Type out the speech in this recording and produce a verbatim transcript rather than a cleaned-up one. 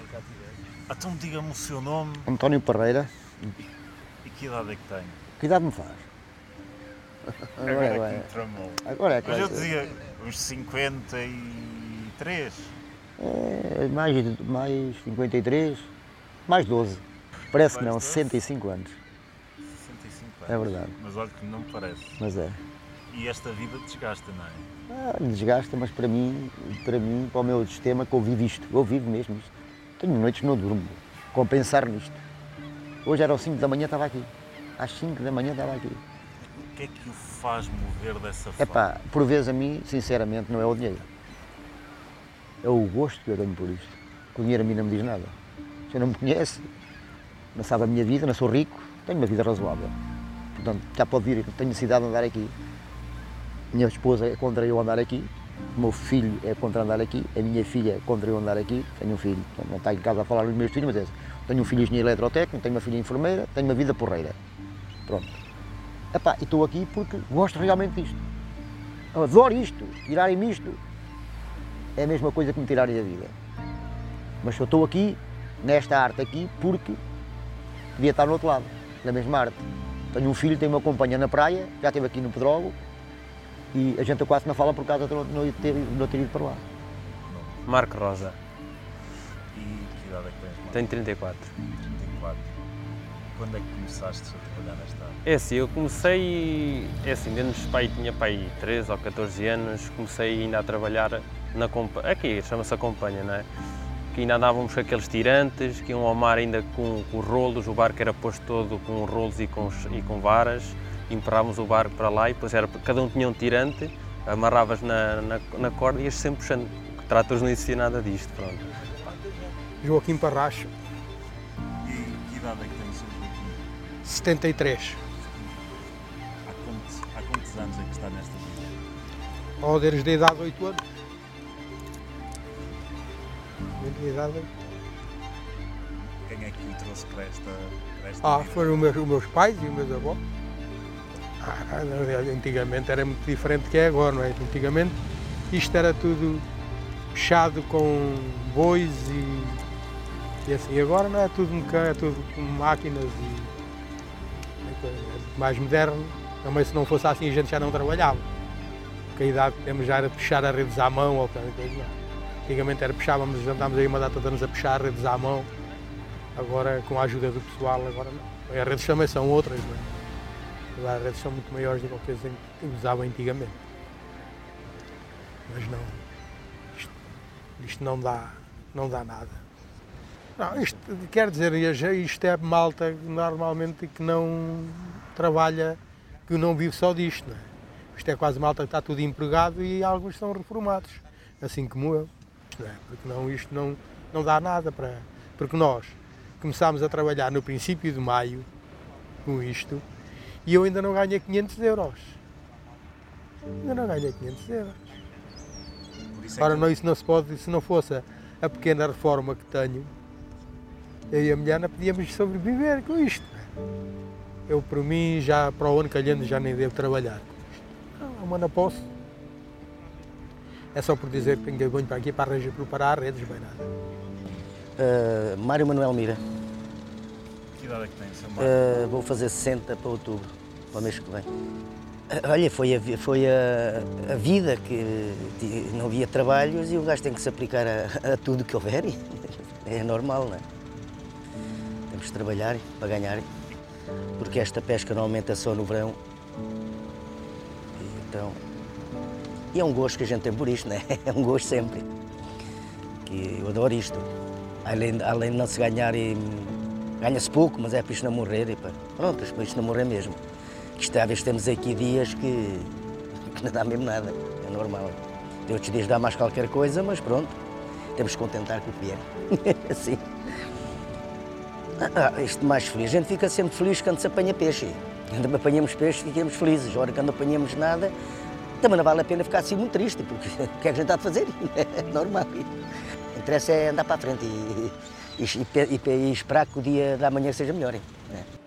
Então diga-me o seu nome. António Parreira. E que idade é que tem? Que idade me faz? Agora, agora é que me tramou. Agora é que Mas eu dizia uns cinquenta e três. É, mais, mais cinquenta e três, mais doze. Parece que não, doze? sessenta e cinco anos. sessenta e cinco anos. É verdade. Mas olha que não me parece. Mas é. E esta vida desgasta, não é? Ah, desgasta, mas para mim, para mim, para o meu sistema, que eu vivo isto. Eu vivo mesmo isto. Tenho noites que não durmo, com pensar nisto. Hoje era às cinco da manhã, estava aqui. Às cinco da manhã estava aqui. O que é que o faz mover dessa forma? Epá, por vezes a mim, sinceramente, não é o dinheiro. É o gosto que eu tenho por isto. O dinheiro a mim não me diz nada. Você não me conhece, não sabe a minha vida, não sou rico, tenho uma vida razoável. Portanto, já pode vir, tenho necessidade de andar aqui. Minha esposa é contra eu andar aqui, o meu filho é contra andar aqui, a minha filha é contra eu andar aqui, tenho um filho, não está em casa a falar dos meus filhos, mas é assim. Tenho um filho engenheiro eletrotécnico, tenho uma filha enfermeira, tenho uma vida porreira. Pronto. Epá, e estou aqui porque gosto realmente disto. Eu adoro isto, tirarem-me isto. É a mesma coisa que me tirarem da vida. Mas eu estou aqui, nesta arte aqui, porque podia estar no outro lado, na mesma arte. Tenho um filho, tenho uma companhia na praia, já esteve aqui no Pedrógão, e a gente quase não fala por causa de não ter, não ter ido para lá. Marco Rosa. E que idade é que tens, Marco? Tenho trinta e quatro. trinta e quatro. Quando é que começaste a trabalhar nesta área? É assim, eu comecei, é assim, dentro dos pai, tinha pai treze ou catorze anos, comecei ainda a trabalhar na companhia, aqui chama-se a companhia, não é? Que ainda andávamos com aqueles tirantes, que iam ao mar ainda com, com rolos, o barco era posto todo com rolos e com, e com varas, emperrávamos o barco para lá e depois era, cada um tinha um tirante, amarravas na, na, na corda e ias sempre puxando. Tratores não existia nada disto, pronto. Joaquim Parracho. E que idade é que tem o seu Joaquim? setenta e três. Há quantos, há quantos anos é que está nesta vida? Ou desde a idade de oito anos. Desde a idade de oito. Quem é que o trouxe para esta, para esta Ah, vida? foram os meus, os meus pais e os meus avós. Ah, antigamente era muito diferente do que é agora, não é? Antigamente isto era tudo fechado com bois e, e assim. Agora não é tudo mecânico, é tudo com máquinas e é mais moderno. Também se não fosse assim a gente já não trabalhava. Porque a idade que temos já era puxar as redes à mão ou qualquer coisa. Não. Antigamente era puxávamos, andávamos aí uma data de anos a puxar redes à mão. Agora com a ajuda do pessoal, agora não. As redes também são outras, não é? As redes são muito maiores do que as que usavam antigamente. Mas não, isto, isto não dá, não dá nada. Não, isto quer dizer, isto é malta normalmente que não trabalha, que não vive só disto, não é? Isto é quase malta que está tudo empregado e alguns são reformados, assim como eu, não é? Porque não, isto não, não dá nada para... Porque nós começámos a trabalhar no princípio de maio com isto, e eu ainda não ganhei quinhentos euros. Ainda não ganhei quinhentos euros. Isso é Ora, que... não, isso não se pode, se não fosse a, a pequena reforma que tenho, eu e a mulher não podíamos sobreviver com isto. Eu, por mim, já para o ano calhando já nem devo trabalhar com isto. Não, mas não posso. É só por dizer que tenho que ir para aqui para arranjar, preparar redes, bem nada. Uh, Mário Manuel Mira. Que idade é que tem, seu Marco? Uh, vou fazer sessenta para outubro, para o mês que vem. Uh, olha, foi, a, foi a, a vida que não havia trabalhos e o gajo tem que se aplicar a, a tudo que houver. É normal, não é? Temos de trabalhar para ganhar, porque esta pesca normalmente é só no verão. E, então, e é um gosto que a gente tem por isto, não é? É um gosto sempre. Que eu adoro isto. Além, além de não se ganhar, e, ganha-se pouco, mas é para isto não morrer. E pá, pronto, para isto não morrer mesmo. Isto, às vezes temos aqui dias que, que não dá mesmo nada, é normal. De outros dias dá mais qualquer coisa, mas pronto, temos que contentar com o que vier. Assim. Ah, isto mais feliz, a gente fica sempre feliz quando se apanha peixe. Quando apanhamos peixe, ficamos felizes. Ora, quando apanhamos nada, também não vale a pena ficar assim muito triste, porque o que é que a gente está a fazer? É normal. O que interessa é andar para a frente e, e, e, e, e esperar que o dia da manhã seja melhor. Hein?